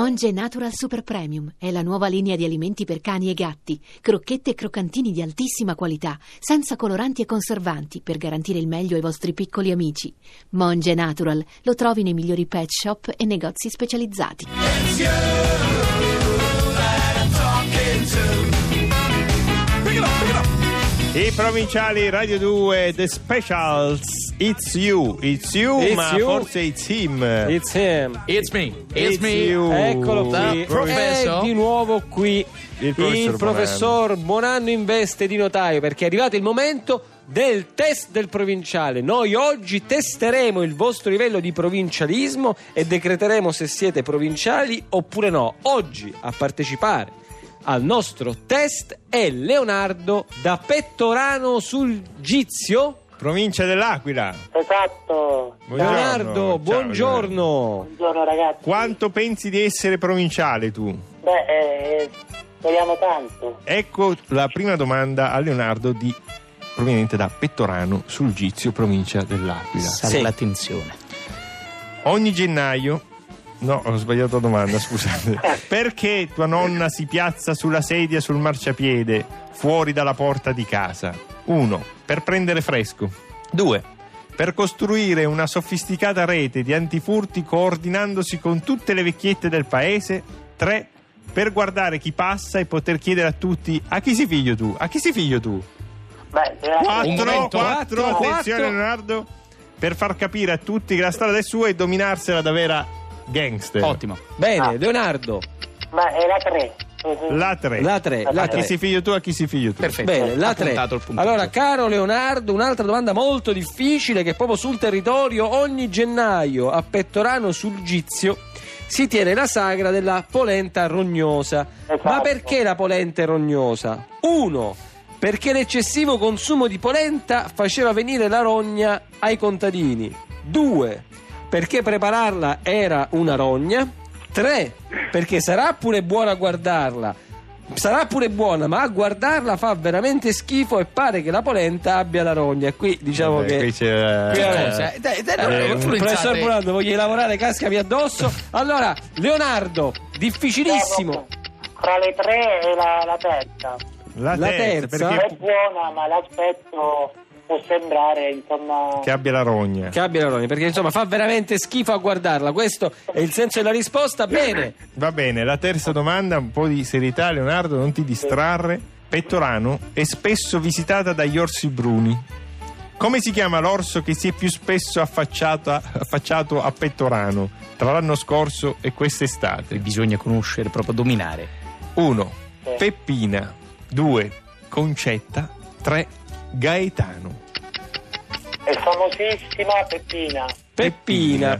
Monge Natural Super Premium è la nuova linea di alimenti per cani e gatti, crocchette e croccantini di altissima qualità, senza coloranti e conservanti, per garantire il meglio ai vostri piccoli amici. Monge Natural lo trovi nei migliori pet shop e negozi specializzati. I provinciali Radio 2, The Specials. It's you, ma you. forse it's him. It's him. It's me. You. Eccolo qui. Professor. È di nuovo qui Il professor Bonanno in veste di notaio, perché è arrivato il momento del test del provinciale. Noi oggi testeremo il vostro livello di provincialismo e decreteremo se siete provinciali oppure no. Oggi a partecipare al nostro test è Leonardo da Pettorano sul Gizio, Provincia dell'Aquila. Esatto. Leonardo, Ciao, buongiorno. Buongiorno ragazzi. Quanto pensi di essere provinciale tu? Speriamo tanto. Ecco la prima domanda a Leonardo proveniente da Pettorano sul Gizio, provincia dell'Aquila. Salve l'attenzione. Ogni gennaio... No, ho sbagliato la domanda, scusate. Perché tua nonna si piazza sulla sedia sul marciapiede fuori dalla porta di casa? 1. Per prendere fresco. 2. Per costruire una sofisticata rete di antifurti coordinandosi con tutte le vecchiette del paese. 3. Per guardare chi passa e poter chiedere a tutti: a chi si figlio tu? A chi si figlio tu? 4. Attenzione Quattro. Leonardo. Per far capire a tutti che la strada è sua e dominarsela da vera gangster. Ottimo. Bene, Leonardo. Ma è la 3. La 3. La 3. A chi si figlio tu, a chi si figlio tu? Perfetto. Bene, la 3. Appuntato il punto. Allora, caro Leonardo, un'altra domanda molto difficile che proprio sul territorio ogni gennaio a Pettorano sul Gizio si tiene la sagra della polenta rognosa. Esatto. Ma perché la polenta è rognosa? 1. Perché l'eccessivo consumo di polenta faceva venire la rogna ai contadini. 2. Perché prepararla era una rogna. 3. Perché sarà pure buona a guardarla. Sarà pure buona, ma a guardarla fa veramente schifo e pare che la polenta abbia la rogna. E qui diciamo Vabbè, che qui c'è... Cosa? professor Bonanno, voglio lavorare, cascami addosso. Allora, Leonardo, difficilissimo. Tra le 3 e la terza. La terza, terza? perché È buona, ma l'aspetto può sembrare, insomma... che abbia la rogna. Che abbia la rogna, perché insomma fa veramente schifo a guardarla. Questo è il senso della risposta. Bene. Va bene, la terza domanda, un po' di serietà, Leonardo, non ti distrarre. Pettorano è spesso visitata dagli orsi bruni. Come si chiama l'orso che si è più spesso affacciato a Pettorano tra l'anno scorso e quest'estate? Bisogna conoscere, proprio dominare. 1. Peppina. 2. Concetta. 3. Gaetano. È famosissima Peppina. Peppina.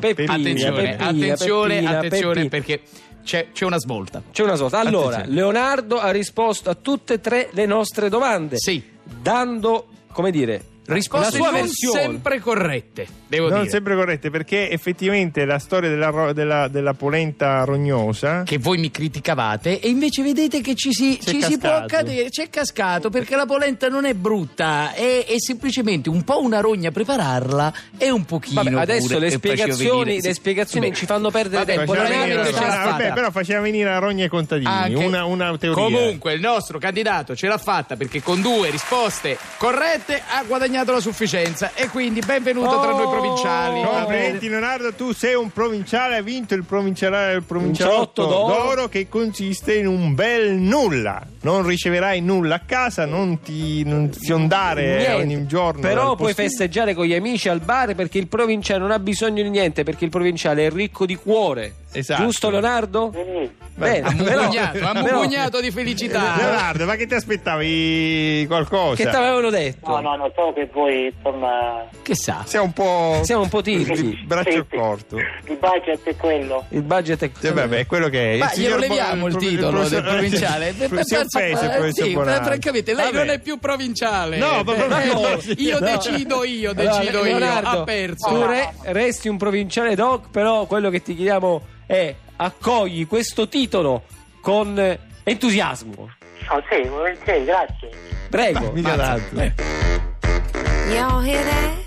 Attenzione, perché c'è una svolta. C'è una sorta. Allora, Attenzione. Leonardo ha risposto a tutte e 3 le nostre domande. Sì. Dando, come dire, Risposte la sua non versione. sempre corrette, devo Non dire. sempre corrette, perché effettivamente la storia della polenta rognosa... Che voi mi criticavate e invece vedete che ci si può cascato. accadere, c'è cascato, perché la polenta non è brutta, è semplicemente un po' una rogna prepararla e un pochino. Vabbè, adesso pure, le e facevo spiegazioni, venire- le spiegazioni Beh, ci fanno perdere vabbè, tempo. Faceva Leonardo venire ce l'ha fatta. però faceva venire la rogna ai contadini. Anche- Una teoria. Comunque il nostro candidato ce l'ha fatta, perché con 2 risposte corrette ha guadagnato la sufficienza, e quindi benvenuto tra noi provinciali. Complimenti Leonardo, tu sei un provinciale, hai vinto il provincialotto d'oro, che consiste in un bel nulla. Non riceverai nulla a casa, non ti fiondare Niente. ogni giorno. Però dal puoi postino. festeggiare con gli amici al bar, perché il provinciale non ha bisogno di niente, perché il provinciale è ricco di cuore. Esatto. Giusto Leonardo? Sì. Bene, Ammugugnato di felicità. Leonardo, ma che ti aspettavi qualcosa? che ti avevano detto? No, so che voi, insomma... Che sa? Sei un po'... Siamo un po' tirchi. braccio Sì. corto. Il budget è quello. Il budget è Vabbè, è quello che è. Ma Il glielo signor leviamo il titolo del provinciale. Si è offeso il professor Sì, Bonanno. francamente lei Vabbè. non è più provinciale. No, ma proprio io no. decido io. Leonardo, Ha perso. tu resti un provinciale doc, però quello che ti chiediamo è: accogli questo titolo con entusiasmo. Sì, volentieri, grazie. Prego. Mica tanto. Y'all hear that?